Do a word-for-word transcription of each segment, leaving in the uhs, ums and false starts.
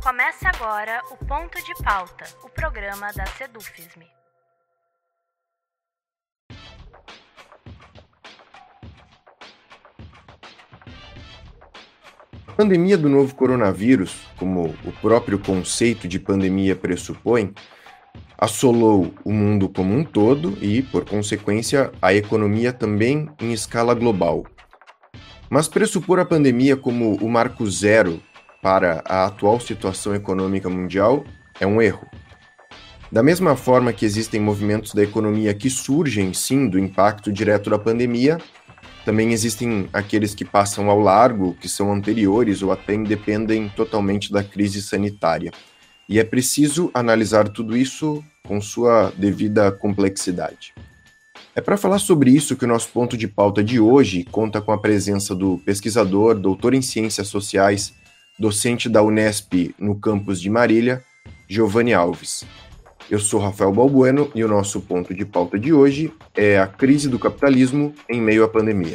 Começa agora o Ponto de Pauta, o programa da Sedufisme. A pandemia do novo coronavírus, como o próprio conceito de pandemia pressupõe, assolou o mundo como um todo e, por consequência, a economia também em escala global. Mas pressupor a pandemia como o marco zero para a atual situação econômica mundial é um erro. Da mesma forma que existem movimentos da economia que surgem, sim, do impacto direto da pandemia, também existem aqueles que passam ao largo, que são anteriores ou até independem totalmente da crise sanitária. E é preciso analisar tudo isso com sua devida complexidade. É para falar sobre isso que o nosso ponto de pauta de hoje conta com a presença do pesquisador, doutor em Ciências Sociais, docente da Unesp no campus de Marília, Giovanni Alves. Eu sou Rafael Balbueno e o nosso ponto de pauta de hoje é a crise do capitalismo em meio à pandemia.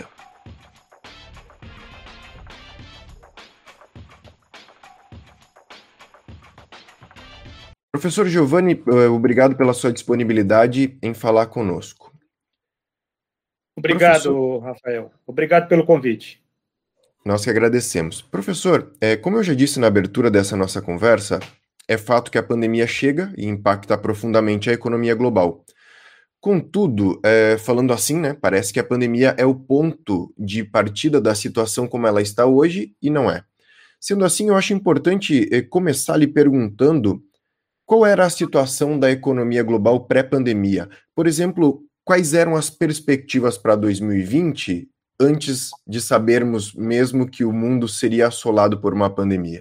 Professor Giovanni, obrigado pela sua disponibilidade em falar conosco. Obrigado, Professor... Rafael. Obrigado pelo convite. Nós que agradecemos. Professor, é, como eu já disse na abertura dessa nossa conversa, é fato que a pandemia chega e impacta profundamente a economia global. Contudo, é, falando assim, né, parece que a pandemia é o ponto de partida da situação como ela está hoje e não é. Sendo assim, eu acho importante é, começar lhe perguntando qual era a situação da economia global pré-pandemia. Por exemplo, quais eram as perspectivas para dois mil e vinte antes de sabermos mesmo que o mundo seria assolado por uma pandemia?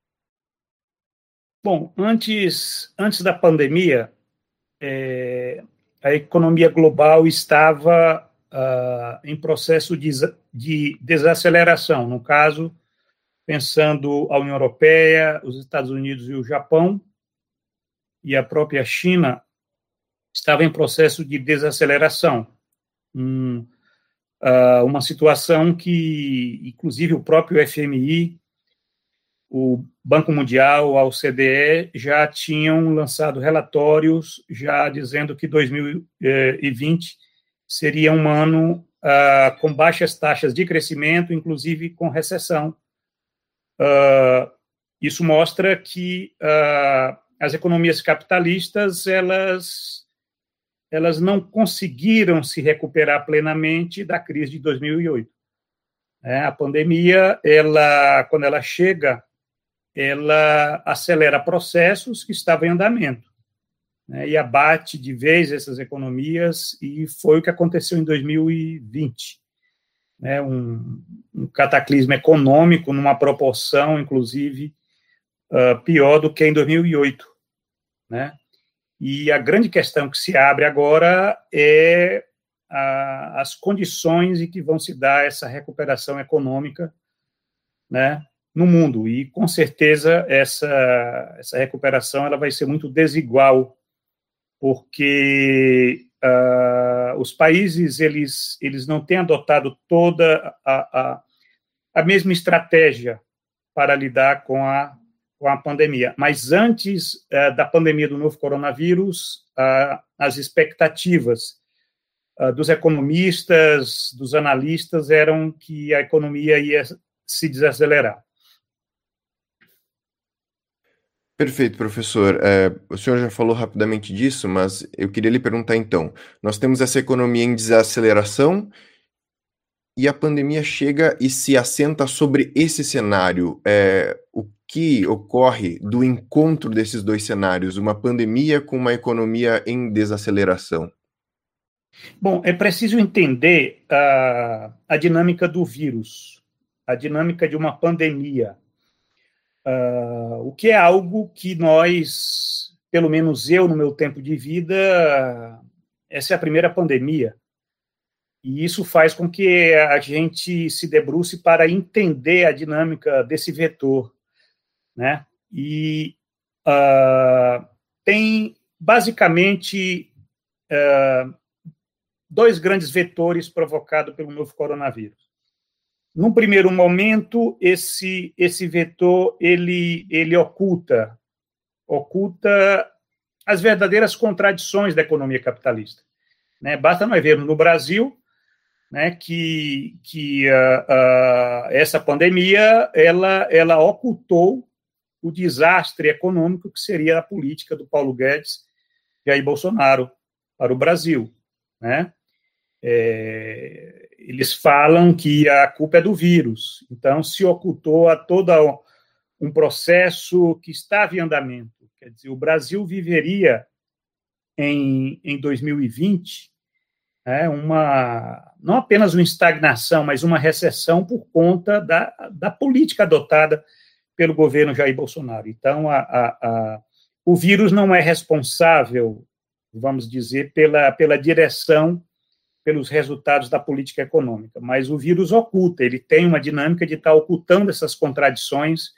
Bom, antes, antes da pandemia, é, a economia global estava uh, em processo de, de desaceleração. No caso, pensando a União Europeia, os Estados Unidos e o Japão, e a própria China, estava em processo de desaceleração. Um, uh, uma situação que, inclusive, o próprio F M I, o Banco Mundial, a O C D E, já tinham lançado relatórios já dizendo que dois mil e vinte seria um ano uh, com baixas taxas de crescimento, inclusive com recessão. Uh, isso mostra que uh, as economias capitalistas, elas, elas não conseguiram se recuperar plenamente da crise de dois mil e oito. É, a pandemia, ela, quando ela chega, ela acelera processos que estavam em andamento, né, e abate de vez essas economias, e foi o que aconteceu em dois mil e vinte. Né, um, um cataclismo econômico numa proporção, inclusive, uh, pior do que em dois mil e oito. Né? E a grande questão que se abre agora é a, as condições em que vão se dar essa recuperação econômica, né, no mundo, e com certeza essa, essa recuperação ela vai ser muito desigual, porque uh, os países eles, eles não têm adotado toda a, a, a mesma estratégia para lidar com a, com a pandemia, mas antes uh, da pandemia do novo coronavírus, uh, as expectativas uh, dos economistas, dos analistas, eram que a economia ia se desacelerar. Perfeito, professor. É, o senhor já falou rapidamente disso, mas eu queria lhe perguntar então. Nós temos essa economia em desaceleração e a pandemia chega e se assenta sobre esse cenário. É, o que ocorre do encontro desses dois cenários, uma pandemia com uma economia em desaceleração? Bom, é preciso entender a, a dinâmica do vírus, a dinâmica de uma pandemia. Uh, o que é algo que nós, pelo menos eu, no meu tempo de vida, essa é a primeira pandemia. E isso faz com que a gente se debruce para entender a dinâmica desse vetor. Né? E uh, tem, basicamente, uh, dois grandes vetores provocados pelo novo coronavírus. num primeiro momento, esse, esse vetor, ele, ele oculta, oculta as verdadeiras contradições da economia capitalista. Né? Basta nós vermos no Brasil, né, que, que uh, uh, essa pandemia, ela, ela ocultou o desastre econômico que seria a política do Paulo Guedes e Jair Bolsonaro para o Brasil, né? É, eles falam que a culpa é do vírus, então se ocultou a todo um processo que estava em andamento. Quer dizer, o Brasil viveria em, em dois mil e vinte, né, uma, não apenas uma estagnação, mas uma recessão por conta da, da política adotada pelo governo Jair Bolsonaro. Então, a, a, a, o vírus não é responsável, vamos dizer, pela, pela direção, pelos resultados da política econômica, mas o vírus oculta, ele tem uma dinâmica de estar ocultando essas contradições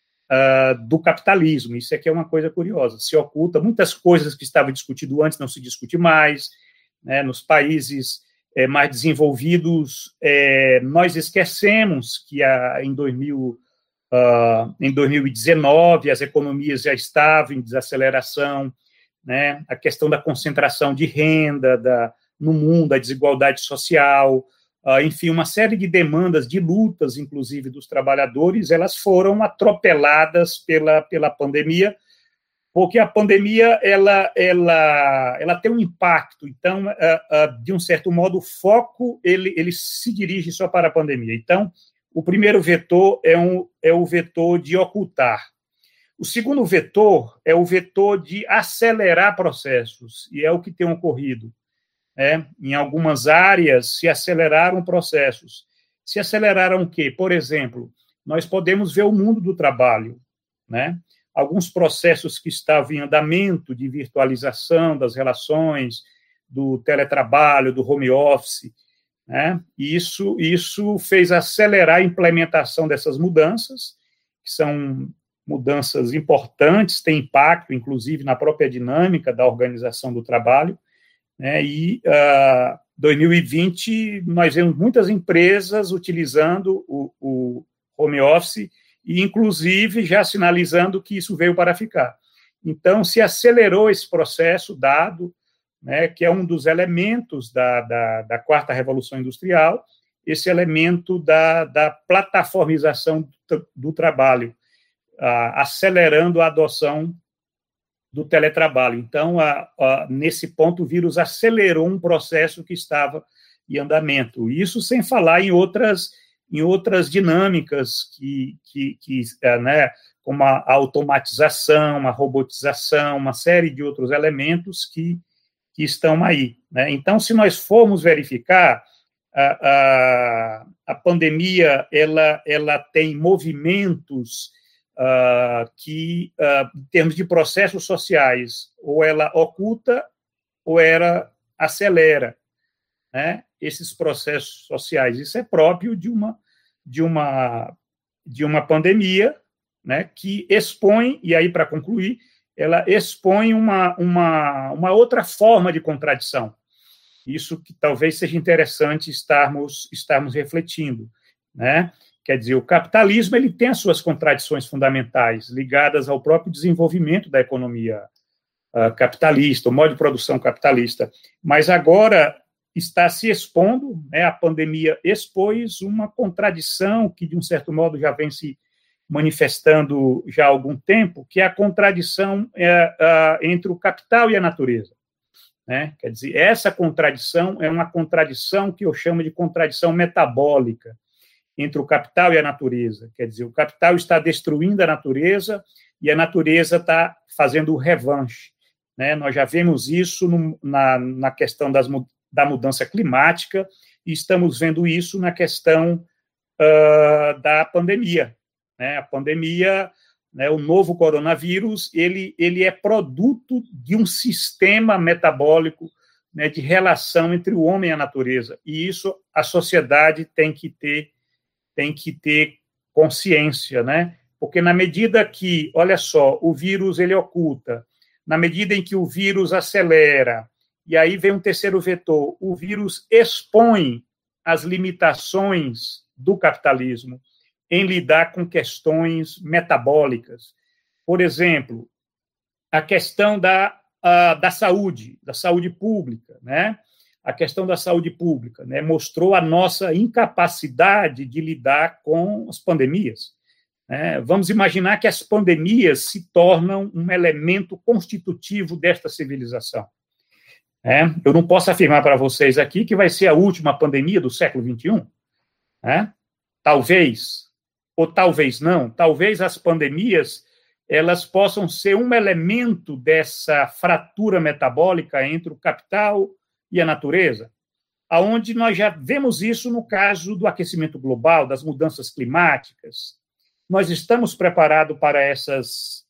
uh, do capitalismo. Isso aqui é uma coisa curiosa, se oculta muitas coisas que estavam discutidas antes, não se discute mais, né? Nos países é, mais desenvolvidos, é, nós esquecemos que a, em, dois mil, uh, em dois mil e dezenove as economias já estavam em desaceleração, né? A questão da concentração de renda, da no mundo, a desigualdade social, uh, enfim, uma série de demandas, de lutas, inclusive, dos trabalhadores, elas foram atropeladas pela, pela pandemia, porque a pandemia, ela, ela, ela tem um impacto, então, uh, uh, de um certo modo, o foco, ele, ele se dirige só para a pandemia. Então, o primeiro vetor é, um, é o vetor de ocultar. O segundo vetor é o vetor de acelerar processos, e é o que tem ocorrido. É, em algumas áreas se aceleraram processos. Se aceleraram o quê? Por exemplo, nós podemos ver o mundo do trabalho, né? Alguns processos que estavam em andamento de virtualização das relações, do teletrabalho, do home office, né? E isso, isso fez acelerar a implementação dessas mudanças, que são mudanças importantes, têm impacto, inclusive, na própria dinâmica da organização do trabalho. É, e uh, dois mil e vinte nós vemos muitas empresas utilizando o, o home office e, inclusive, já sinalizando que isso veio para ficar. Então, se acelerou esse processo, dado, né, que é um dos elementos da, da, da quarta revolução industrial, esse elemento da, da plataformização do, do trabalho, uh, acelerando a adoção do teletrabalho. Então, a, a, nesse ponto, o vírus acelerou um processo que estava em andamento. Isso sem falar em outras, em outras dinâmicas, que, que, que, né, como a automatização, a robotização, uma série de outros elementos que, que estão aí. Né? Então, se nós formos verificar, a, a, a pandemia ela, ela tem movimentos Uh, que, uh, em termos de processos sociais, ou ela oculta ou ela acelera, né, esses processos sociais. Isso é próprio de uma, de uma, de uma pandemia, né, que expõe, e aí, para concluir, ela expõe uma, uma, uma outra forma de contradição. Isso que talvez seja interessante estarmos, estarmos refletindo, né? Quer dizer, o capitalismo ele tem as suas contradições fundamentais, ligadas ao próprio desenvolvimento da economia uh, capitalista, o modo de produção capitalista, mas agora está se expondo, né, a pandemia expôs uma contradição que, de um certo modo, já vem se manifestando já há algum tempo, que é a contradição é, uh, entre o capital e a natureza. Né? Quer dizer, essa contradição é uma contradição que eu chamo de contradição metabólica, entre o capital e a natureza. Quer dizer, o capital está destruindo a natureza e a natureza está fazendo o revanche. Né? Nós já vemos isso no, na, na questão das, da mudança climática e estamos vendo isso na questão uh, da pandemia. Né? A pandemia, né, o novo coronavírus, ele, ele é produto de um sistema metabólico, né, de relação entre o homem e a natureza. E isso a sociedade tem que ter tem que ter consciência, né? Porque na medida que, olha só, o vírus ele oculta, na medida em que o vírus acelera, e aí vem um terceiro vetor, o vírus expõe as limitações do capitalismo em lidar com questões metabólicas. Por exemplo, a questão da, a, da saúde, da saúde pública, né? A questão da saúde pública, né? Mostrou a nossa incapacidade de lidar com as pandemias. Né? Vamos imaginar que as pandemias se tornam um elemento constitutivo desta civilização. É, eu não posso afirmar para vocês aqui que vai ser a última pandemia do século vinte e um. É? Talvez, ou talvez não. Talvez as pandemias elas possam ser um elemento dessa fratura metabólica entre o capital e a natureza, aonde nós já vemos isso no caso do aquecimento global, das mudanças climáticas. Nós estamos preparados para essas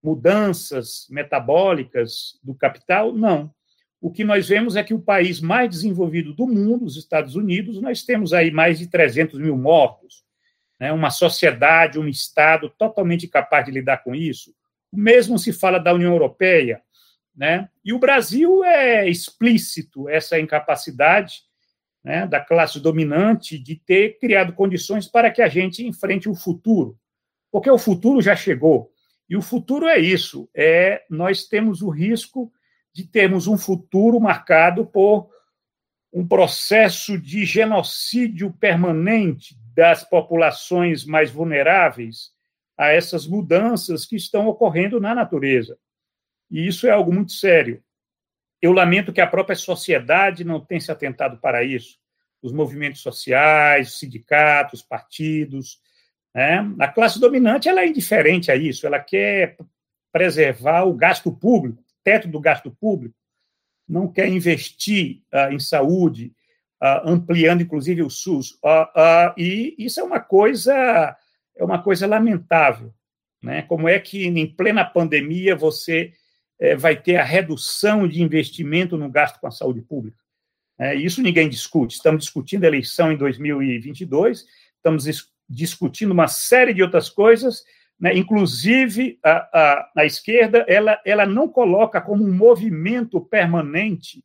mudanças metabólicas do capital? Não. O que nós vemos é que o país mais desenvolvido do mundo, os Estados Unidos, nós temos aí mais de trezentos mil mortos, né? Uma sociedade, um Estado totalmente capaz de lidar com isso. O mesmo se fala da União Europeia, né? E o Brasil é explícito essa incapacidade, né, da classe dominante de ter criado condições para que a gente enfrente o futuro, porque o futuro já chegou. E o futuro é isso, é nós temos o risco de termos um futuro marcado por um processo de genocídio permanente das populações mais vulneráveis a essas mudanças que estão ocorrendo na natureza. E isso é algo muito sério. Eu lamento que a própria sociedade não tenha se atentado para isso. Os movimentos sociais, os sindicatos, partidos, né? A classe dominante ela é indiferente a isso, ela quer preservar o gasto público, teto do gasto público, não quer investir uh, em saúde, uh, ampliando, inclusive, o SUS. Uh, uh, e isso é uma coisa, é uma coisa lamentável. Né? Como é que, em plena pandemia, você eh, vai ter a redução de investimento no gasto com a saúde pública? É, isso ninguém discute. Estamos discutindo a eleição em dois mil e vinte e dois, estamos dis- discutindo uma série de outras coisas, né? Inclusive, a, a, a esquerda ela, ela não coloca como um movimento permanente,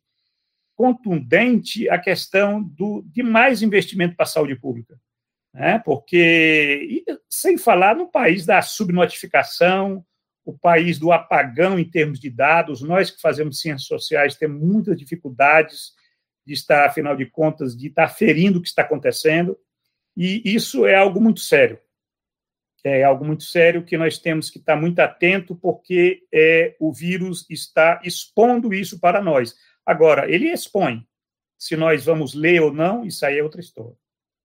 contundente, a questão do, de mais investimento para a saúde pública. Né? Porque, sem falar no país da subnotificação, o país do apagão em termos de dados, nós que fazemos ciências sociais temos muitas dificuldades de estar, afinal de contas, de estar ferindo o que está acontecendo, e isso é algo muito sério. É algo muito sério que nós temos que estar muito atento, porque é, o vírus está expondo isso para nós. Agora, ele expõe. Se nós vamos ler ou não, isso aí é outra história.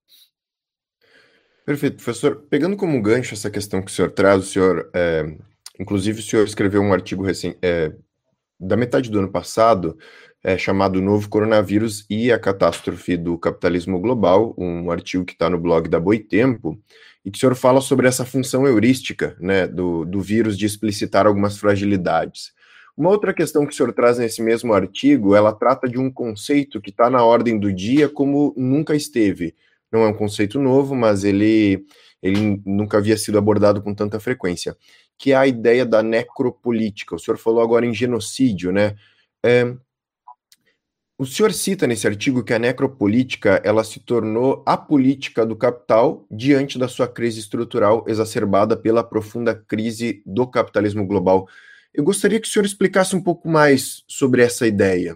Perfeito, professor. Pegando como gancho essa questão que o senhor traz, o senhor, é, inclusive o senhor escreveu um artigo recém, é, da metade do ano passado, é, chamado Novo Coronavírus e a Catástrofe do Capitalismo Global, um artigo que está no blog da Boitempo, e que o senhor fala sobre essa função heurística, né, do, do vírus de explicitar algumas fragilidades. Uma outra questão que o senhor traz nesse mesmo artigo, ela trata de um conceito que está na ordem do dia como nunca esteve. Não é um conceito novo, mas ele, ele nunca havia sido abordado com tanta frequência, que é a ideia da necropolítica. O senhor falou agora em genocídio, né? É, o senhor cita nesse artigo que a necropolítica ela se tornou a política do capital diante da sua crise estrutural exacerbada pela profunda crise do capitalismo global. Eu gostaria que o senhor explicasse um pouco mais sobre essa ideia.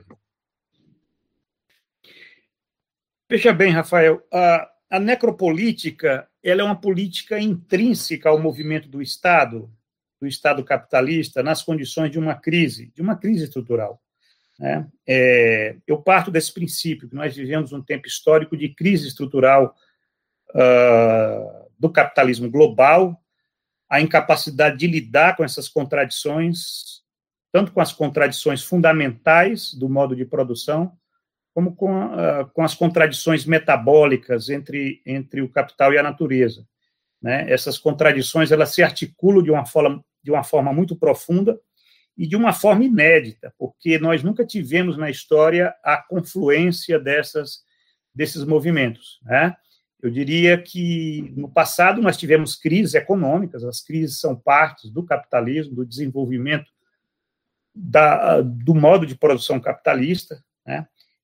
Veja bem, Rafael, a, a necropolítica ela é uma política intrínseca ao movimento do Estado, do Estado capitalista, nas condições de uma crise, de uma crise estrutural. Né? É, eu parto desse princípio, que nós vivemos um tempo histórico de crise estrutural uh, do capitalismo global, a incapacidade de lidar com essas contradições, tanto com as contradições fundamentais do modo de produção, como com, uh, com as contradições metabólicas entre, entre o capital e a natureza. Né? Essas contradições elas se articulam de uma forma, de uma forma muito profunda e de uma forma inédita, porque nós nunca tivemos na história a confluência dessas, desses movimentos. Né? Eu diria que, no passado, nós tivemos crises econômicas, as crises são partes do capitalismo, do desenvolvimento da, do modo de produção capitalista, né?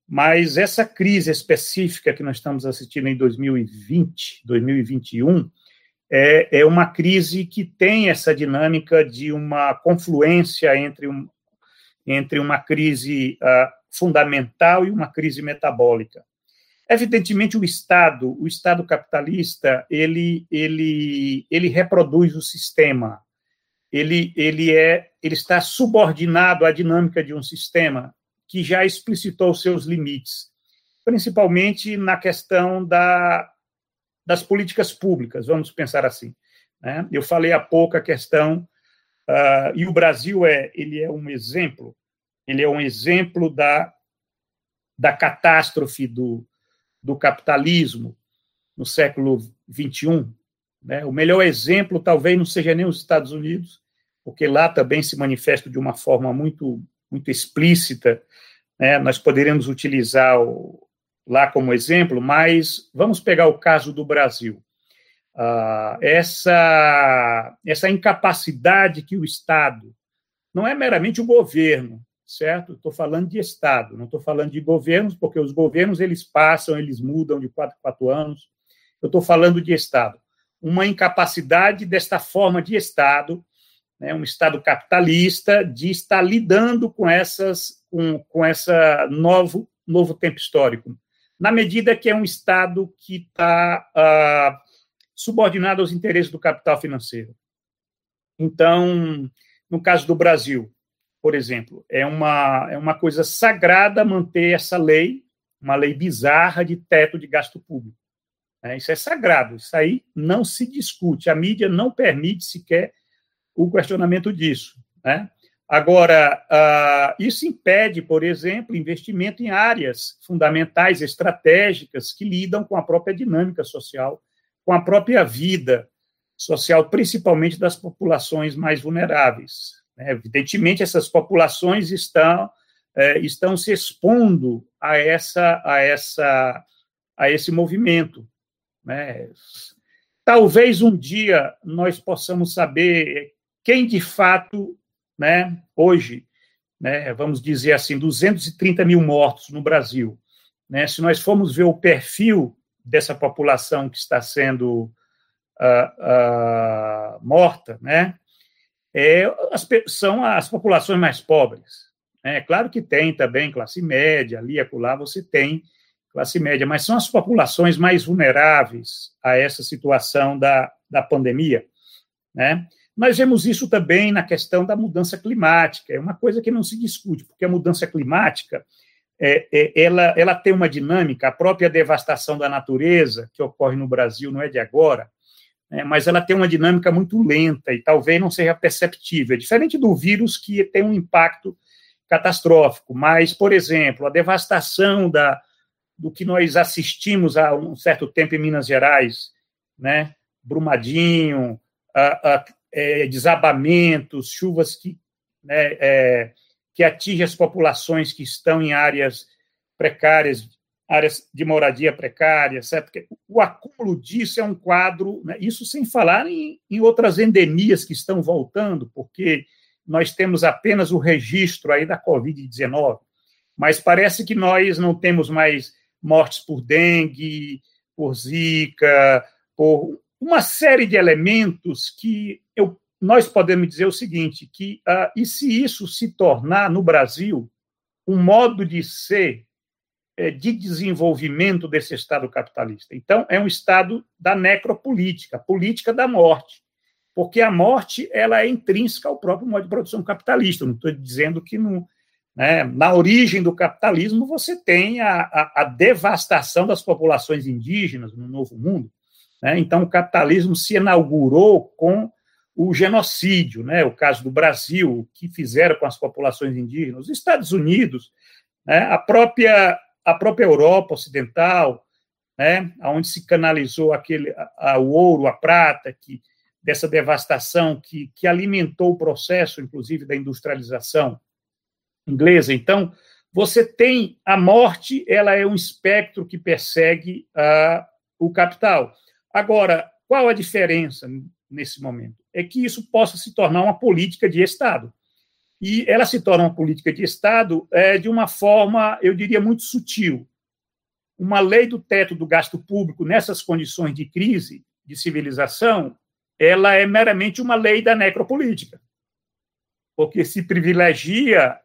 Mas essa crise específica que nós estamos assistindo em dois mil e vinte, dois mil e vinte e um, é, é uma crise que tem essa dinâmica de uma confluência entre, um, entre uma crise uh, fundamental e uma crise metabólica. Evidentemente, o Estado, o Estado capitalista, ele, ele, ele reproduz o sistema, ele, ele, é, ele está subordinado à dinâmica de um sistema que já explicitou seus limites, principalmente na questão da, das políticas públicas, vamos pensar assim. Né? Eu falei há pouco a questão, uh, e o Brasil é, ele é um exemplo, ele é um exemplo da, da catástrofe do, do capitalismo no século vinte e um. Né? O melhor exemplo talvez não seja nem os Estados Unidos, porque lá também se manifesta de uma forma muito, muito explícita, né? Nós poderíamos utilizar o, lá como exemplo, mas vamos pegar o caso do Brasil. Uh, essa, essa incapacidade que o Estado, não é meramente o governo, certo? Estou falando de Estado, não estou falando de governos, porque os governos eles passam, eles mudam de quatro em quatro anos. Eu estou falando de Estado. Uma incapacidade desta forma de Estado, né, um Estado capitalista, de estar lidando com essas, com, com essa novo, novo tempo histórico, na medida que é um Estado que está uh, subordinado aos interesses do capital financeiro. Então, no caso do Brasil, por exemplo, é uma, é uma coisa sagrada manter essa lei, uma lei bizarra de teto de gasto público. É, isso é sagrado, isso aí não se discute, a mídia não permite sequer o questionamento disso. Né? Agora, uh, isso impede, por exemplo, investimento em áreas fundamentais, estratégicas, que lidam com a própria dinâmica social, com a própria vida social, principalmente das populações mais vulneráveis. Evidentemente, essas populações estão, é, estão se expondo a, essa, a, essa, a esse movimento. Né? Talvez um dia nós possamos saber quem, de fato, né, hoje, né, vamos dizer assim, duzentos e trinta mil mortos no Brasil. Né? Se nós formos ver o perfil dessa população que está sendo uh, uh, morta, né? É, as, são as populações mais pobres. É claro que tem também classe média, ali e acolá você tem classe média, mas são as populações mais vulneráveis a essa situação da, da pandemia. Né? Nós vemos isso também na questão da mudança climática, é uma coisa que não se discute, porque a mudança climática é, é, ela, ela tem uma dinâmica, a própria devastação da natureza, que ocorre no Brasil, não é de agora, É, mas ela tem uma dinâmica muito lenta e talvez não seja perceptível. É diferente do vírus, que tem um impacto catastrófico, mas, por exemplo, a devastação da, do que nós assistimos há um certo tempo em Minas Gerais, né? Brumadinho, a, a, é, desabamentos, chuvas que, né, é, que atingem as populações que estão em áreas precárias, áreas de moradia precária, certo? Porque o acúmulo disso é um quadro, né? Isso sem falar em, em outras endemias que estão voltando, porque nós temos apenas o registro aí da covid dezenove, mas parece que nós não temos mais mortes por dengue, por zika, por uma série de elementos que eu, nós podemos dizer o seguinte, que, uh, e se isso se tornar no Brasil um modo de ser de desenvolvimento desse Estado capitalista. Então, é um Estado da necropolítica, política da morte, porque a morte ela é intrínseca ao próprio modo de produção capitalista. Não estou dizendo que não, né, na origem do capitalismo você tem a, a, a devastação das populações indígenas no Novo Mundo. Né? Então, o capitalismo se inaugurou com o genocídio, né? O caso do Brasil, o que fizeram com as populações indígenas, os Estados Unidos, né? a própria a própria Europa Ocidental, né, onde se canalizou aquele, a, a, o ouro, a prata, que, dessa devastação que, que alimentou o processo, inclusive, da industrialização inglesa. Então, você tem a morte, ela é um espectro que persegue uh, o capital. Agora, qual a diferença nesse momento? É que isso possa se tornar uma política de Estado. E ela se torna uma política de Estado é, de uma forma, eu diria, muito sutil. Uma lei do teto do gasto público, nessas condições de crise, de civilização, ela é meramente uma lei da necropolítica, porque se privilegia,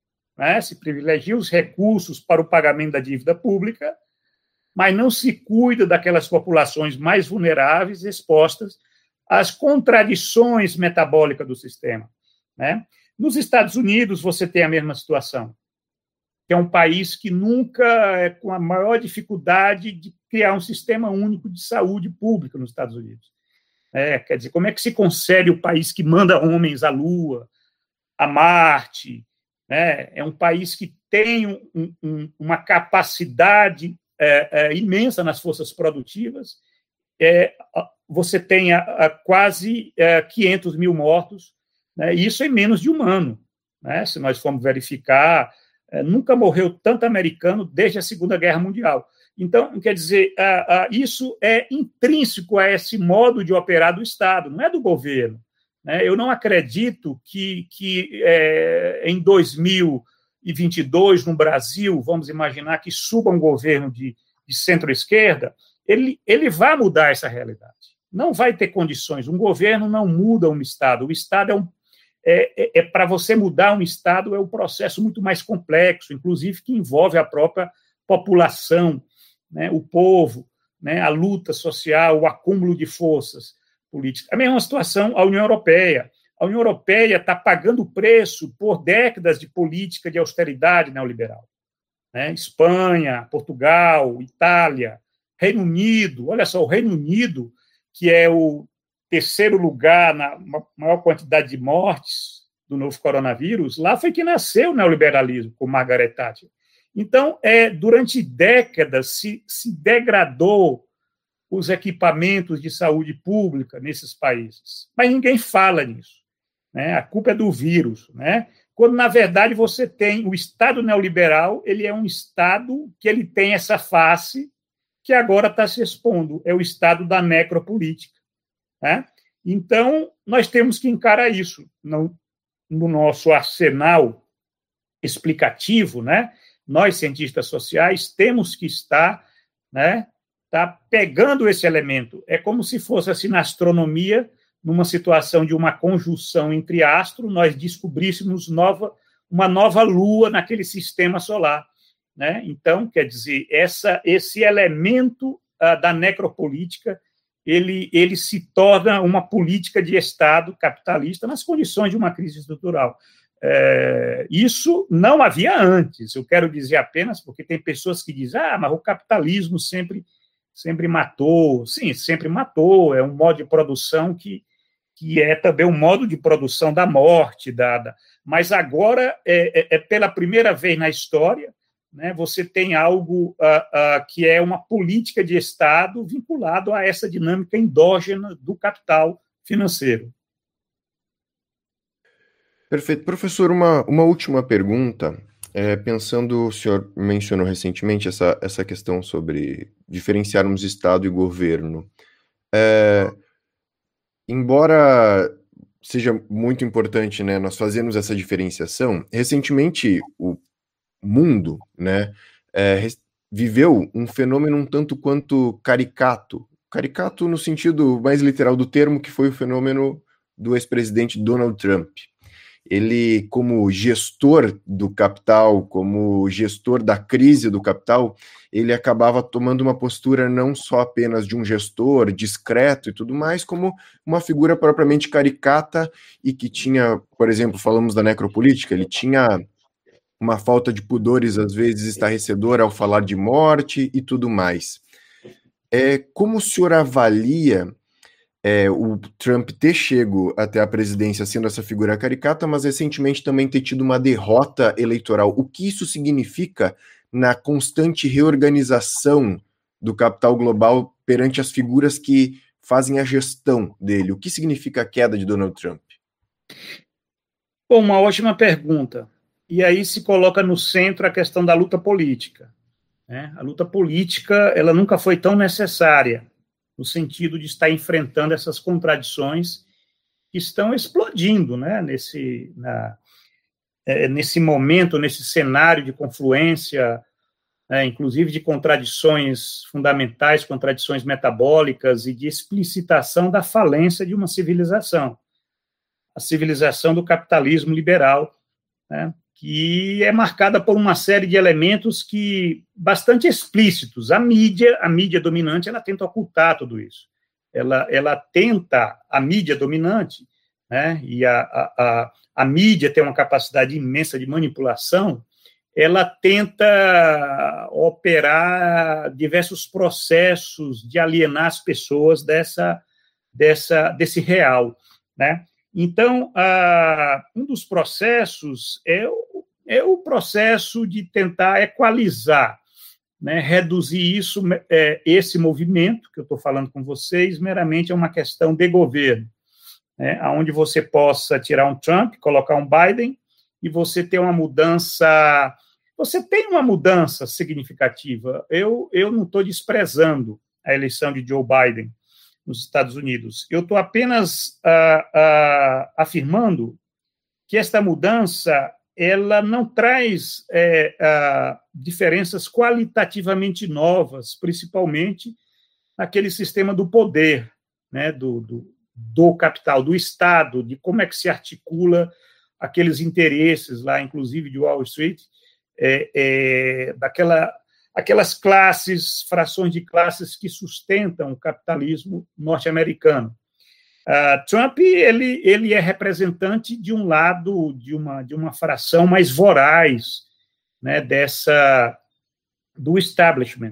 né, se privilegia os recursos para o pagamento da dívida pública, mas não se cuida daquelas populações mais vulneráveis expostas às contradições metabólicas do sistema, né? Nos Estados Unidos, você tem a mesma situação, que é um país que nunca é com a maior dificuldade de criar um sistema único de saúde pública nos Estados Unidos. É, quer dizer, como é que se concebe o país que manda homens à Lua, a Marte, né? É um país que tem um, um, uma capacidade é, é, imensa nas forças produtivas. É, você tem a, a quase é, quinhentos mil mortos, né? E isso em menos de um ano, né? Se nós formos verificar, é, nunca morreu tanto americano desde a Segunda Guerra Mundial. Então, quer dizer, a, a, isso é intrínseco a esse modo de operar do Estado, não é do governo, né? Eu não acredito que, que é, em dois mil e vinte e dois, no Brasil, vamos imaginar que suba um governo de, de centro-esquerda, ele, ele vai mudar essa realidade. Não vai ter condições. Um governo não muda um Estado. O Estado é um É, é, é para você mudar um Estado é um processo muito mais complexo, inclusive que envolve a própria população, né, o povo, né, a luta social, o acúmulo de forças políticas. A mesma situação a União Europeia. A União Europeia está pagando preço por décadas de política de austeridade neoliberal, né? Espanha, Portugal, Itália, Reino Unido. Olha só, o Reino Unido, que é o terceiro lugar na maior quantidade de mortes do novo coronavírus, lá foi que nasceu o neoliberalismo, com Margaret Thatcher. Então, é, durante décadas se, se degradou os equipamentos de saúde pública nesses países, mas ninguém fala nisso, né? A culpa é do vírus, né? Quando, na verdade, você tem o Estado neoliberal, ele é um Estado que ele tem essa face que agora está se expondo, é o Estado da necropolítica. Né? Então, nós temos que encarar isso no, no nosso arsenal explicativo, né? Nós, cientistas sociais, temos que estar, né, tá pegando esse elemento. É como se fosse assim na astronomia, numa situação de uma conjunção entre astros, nós descobríssemos nova, uma nova lua naquele sistema solar. Né? Então, quer dizer, essa, esse elemento uh, da necropolítica Ele, ele se torna uma política de Estado capitalista nas condições de uma crise estrutural. É, isso não havia antes, eu quero dizer apenas porque tem pessoas que dizem, ah, mas o capitalismo sempre, sempre matou. Sim, sempre matou, é um modo de produção que, que é também um modo de produção da morte, da, da, mas agora, é, é, é pela primeira vez na história, né, você tem algo uh, uh, que é uma política de Estado vinculado a essa dinâmica endógena do capital financeiro. Perfeito. Professor, uma, uma última pergunta. É, pensando, o senhor mencionou recentemente essa, essa questão sobre diferenciarmos Estado e governo. É, embora seja muito importante, né, nós fazermos essa diferenciação, recentemente o mundo, né, é, viveu um fenômeno um tanto quanto caricato, caricato no sentido mais literal do termo, que foi o fenômeno do ex-presidente Donald Trump. Ele, como gestor do capital, como gestor da crise do capital, ele acabava tomando uma postura não só apenas de um gestor discreto e tudo mais, como uma figura propriamente caricata e que tinha, por exemplo, falamos da necropolítica, ele tinha uma falta de pudores, às vezes, estarrecedora ao falar de morte e tudo mais. É, como o senhor avalia é, o Trump ter chego até a presidência sendo essa figura caricata, mas recentemente também ter tido uma derrota eleitoral? O que isso significa na constante reorganização do capital global perante as figuras que fazem a gestão dele? O que significa a queda de Donald Trump? Bom, uma ótima pergunta. E aí se coloca no centro a questão da luta política. Né? A luta política, ela nunca foi tão necessária, no sentido de estar enfrentando essas contradições que estão explodindo, né? Nesse, na, é, nesse momento, nesse cenário de confluência, é, inclusive de contradições fundamentais, contradições metabólicas e de explicitação da falência de uma civilização, a civilização do capitalismo liberal, né, que é marcada por uma série de elementos que bastante explícitos. A mídia, a mídia dominante, ela tenta ocultar tudo isso. Ela, ela tenta, a mídia dominante, né, e a, a, a, a mídia tem uma capacidade imensa de manipulação, ela tenta operar diversos processos de alienar as pessoas dessa, dessa, desse real, né? Então, uh, um dos processos é o, é o processo de tentar equalizar, né, reduzir isso, é, esse movimento que eu estou falando com vocês, meramente é uma questão de governo, né, onde você possa tirar um Trump, colocar um Biden, e você ter uma mudança, você tem uma mudança significativa. Eu, eu não estou desprezando a eleição de Joe Biden nos Estados Unidos. Eu estou apenas uh, uh, afirmando que esta mudança ela não traz é, uh, diferenças qualitativamente novas, principalmente naquele sistema do poder, né, do, do, do capital, do Estado, de como é que se articula aqueles interesses lá, inclusive de Wall Street, é, é, daquela... aquelas classes, frações de classes que sustentam o capitalismo norte-americano. Uh, Trump, ele, ele é representante de um lado, de uma, de uma fração mais voraz, né, dessa, do establishment.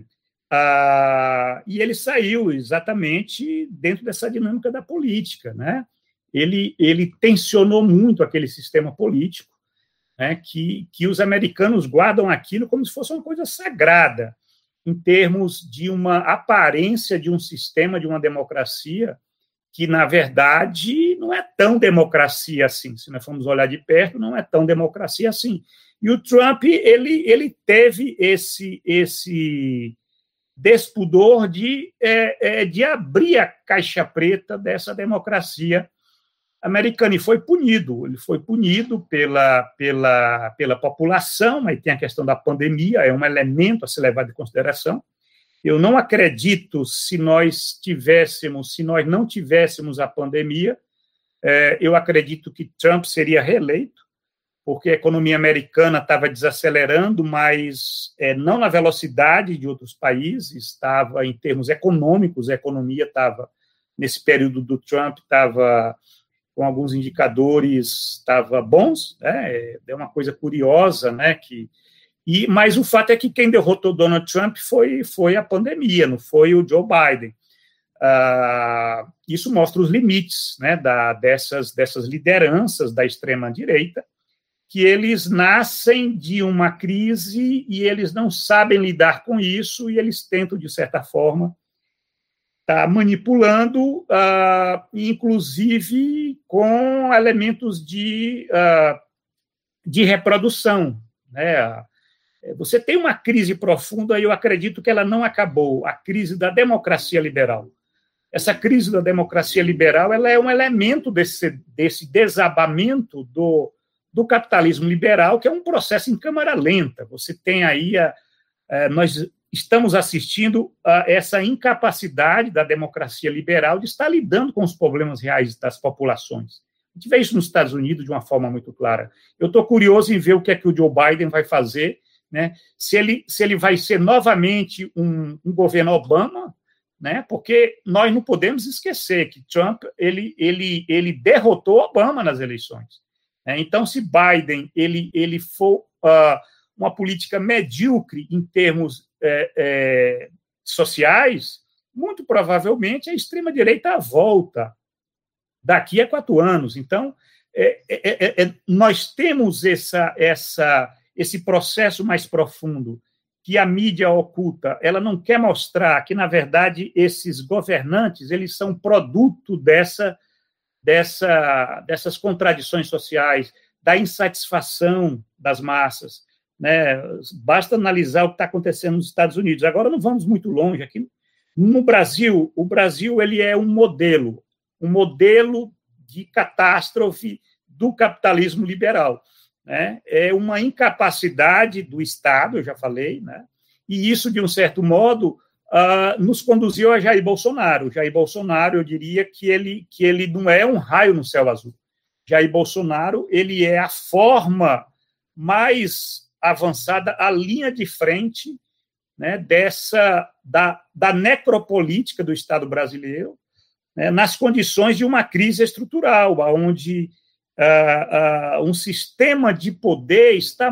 Uh, e ele saiu exatamente dentro dessa dinâmica da política, né? Ele, ele tensionou muito aquele sistema político, né, que, que os americanos guardam aquilo como se fosse uma coisa sagrada, em termos de uma aparência de um sistema, de uma democracia, que, na verdade, não é tão democracia assim. Se nós formos olhar de perto, não é tão democracia assim. E o Trump, ele, ele teve esse, esse despudor de, é, é, de abrir a caixa preta dessa democracia americano, e foi punido, ele foi punido pela, pela, pela população, aí tem a questão da pandemia, é um elemento a ser levado em consideração. Eu não acredito, se nós tivéssemos, se nós não tivéssemos a pandemia, é, eu acredito que Trump seria reeleito, porque a economia americana estava desacelerando, mas é, não na velocidade de outros países, estava em termos econômicos, a economia estava, nesse período do Trump, estava com alguns indicadores, estava bons, né? É uma coisa curiosa, né? Que, e, mas o fato é que quem derrotou Donald Trump foi, foi a pandemia, não foi o Joe Biden. Uh, isso mostra os limites, né, da, dessas, dessas lideranças da extrema-direita, que eles nascem de uma crise e eles não sabem lidar com isso e eles tentam, de certa forma, está manipulando, uh, inclusive com elementos de, uh, de reprodução, né? Você tem uma crise profunda e eu acredito que ela não acabou, a crise da democracia liberal. Essa crise da democracia liberal ela é um elemento desse, desse desabamento do, do capitalismo liberal, que é um processo em câmara lenta. Você tem aí, a, a, nós estamos assistindo a essa incapacidade da democracia liberal de estar lidando com os problemas reais das populações. A gente vê isso nos Estados Unidos de uma forma muito clara. Eu estou curioso em ver o que é que o Joe Biden vai fazer, né? Se ele, se ele vai ser novamente um, um governo Obama, né? Porque nós não podemos esquecer que Trump ele, ele, ele derrotou Obama nas eleições. Né? Então, se Biden ele, ele for uh, uma política medíocre em termos É, é, sociais, muito provavelmente a extrema-direita volta daqui a quatro anos. Então, é, é, é, nós temos essa, essa, esse processo mais profundo que a mídia oculta. Ela não quer mostrar que, na verdade, esses governantes eles são produto dessa, dessa, dessas contradições sociais, da insatisfação das massas. Né? Basta analisar o que está acontecendo nos Estados Unidos. Agora não vamos muito longe aqui. No Brasil, o Brasil ele é um modelo, um modelo de catástrofe do capitalismo liberal. né, é uma incapacidade do Estado, eu já falei, né, e isso, de um certo modo, uh, nos conduziu a Jair Bolsonaro. Jair Bolsonaro, eu diria que ele, que ele não é um raio no céu azul. Jair Bolsonaro, ele é a forma mais avançada, a linha de frente, né, dessa, da, da necropolítica do Estado brasileiro, né, nas condições de uma crise estrutural, onde uh, uh, um sistema de poder está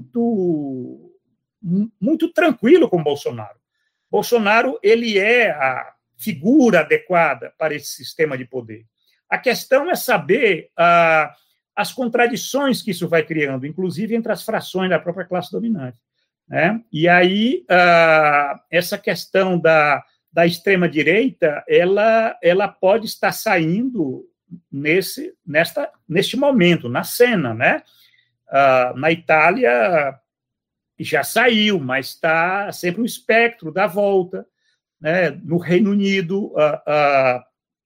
muito, muito tranquilo com Bolsonaro. Bolsonaro, ele é a figura adequada para esse sistema de poder. A questão é saber uh, as contradições que isso vai criando, inclusive entre as frações da própria classe dominante. Né? E aí, uh, essa questão da, da extrema-direita, ela, ela pode estar saindo nesse, nesta, neste momento, na cena. Né? Uh, na Itália já saiu, mas está sempre o espectro da volta. Né? No Reino Unido, uh, uh,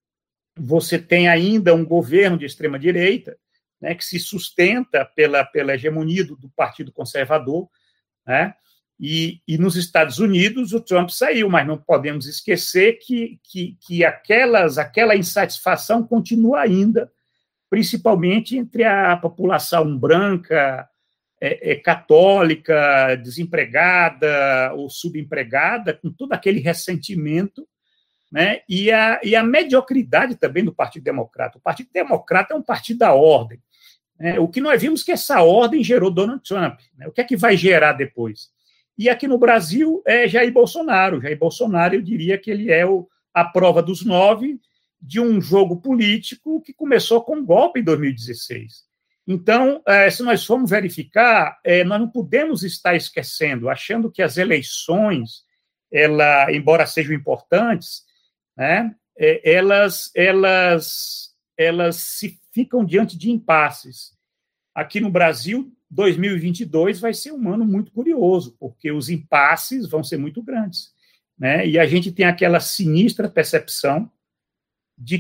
você tem ainda um governo de extrema-direita, né, que se sustenta pela, pela hegemonia do, do Partido Conservador, né? E, e nos Estados Unidos o Trump saiu, mas não podemos esquecer que, que, que aquelas, aquela insatisfação continua ainda, principalmente entre a população branca, é, é, católica, desempregada ou subempregada, com todo aquele ressentimento, né? E, a, e a mediocridade também do Partido Democrata. O Partido Democrata é um partido da ordem. Né? O que nós vimos que essa ordem gerou Donald Trump. Né? O que é que vai gerar depois? E aqui no Brasil é Jair Bolsonaro. Jair Bolsonaro, eu diria que ele é o, a prova dos nove de um jogo político que começou com um golpe em dois mil e dezesseis. Então, é, se nós formos verificar, é, nós não podemos estar esquecendo, achando que as eleições, ela, embora sejam importantes, né, é, elas, elas, elas se ficam diante de impasses. Aqui no Brasil, dois mil e vinte e dois vai ser um ano muito curioso, porque os impasses vão ser muito grandes. Né? E a gente tem aquela sinistra percepção de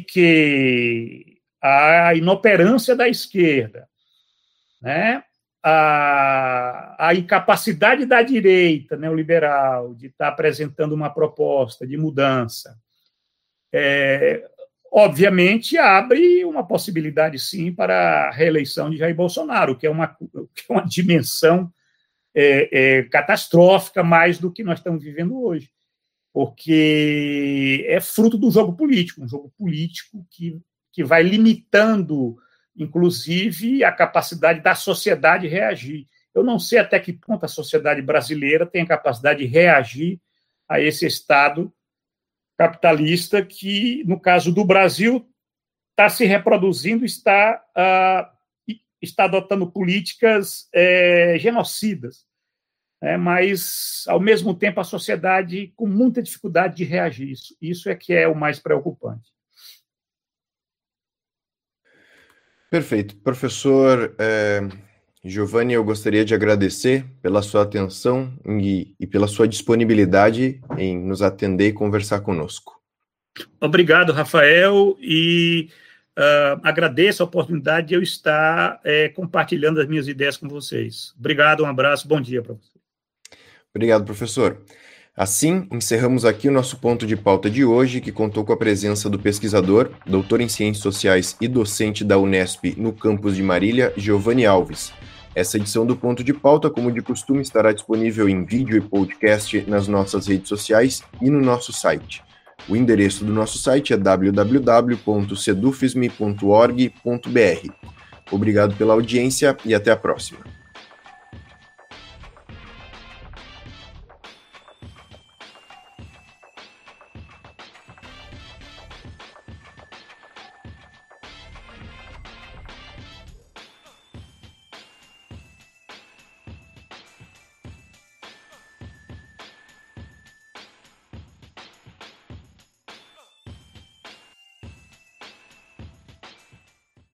que a inoperância da esquerda, né? a, a incapacidade da direita neoliberal de estar apresentando uma proposta de mudança, é, obviamente, abre uma possibilidade, sim, para a reeleição de Jair Bolsonaro, que é uma, que é uma dimensão é, é, catastrófica mais do que nós estamos vivendo hoje, porque é fruto do jogo político, um jogo político que, que vai limitando, inclusive, a capacidade da sociedade reagir. Eu não sei até que ponto a sociedade brasileira tem a capacidade de reagir a esse Estado capitalista que, no caso do Brasil, está se reproduzindo, está, uh, está adotando políticas é, genocidas, né? Mas, ao mesmo tempo, a sociedade com muita dificuldade de reagir. Isso, isso é que é o mais preocupante. Perfeito. Professor é, Giovanni, eu gostaria de agradecer pela sua atenção e, e pela sua disponibilidade em nos atender e conversar conosco. Obrigado, Rafael, e uh, agradeço a oportunidade de eu estar é, compartilhando as minhas ideias com vocês. Obrigado, um abraço, bom dia para você. Obrigado, professor. Assim, encerramos aqui o nosso ponto de pauta de hoje, que contou com a presença do pesquisador, doutor em Ciências Sociais e docente da Unesp no campus de Marília, Giovanni Alves. Essa edição do Ponto de Pauta, como de costume, estará disponível em vídeo e podcast nas nossas redes sociais e no nosso site. O endereço do nosso site é w w w ponto sedufisme ponto org ponto b r. Obrigado pela audiência e até a próxima.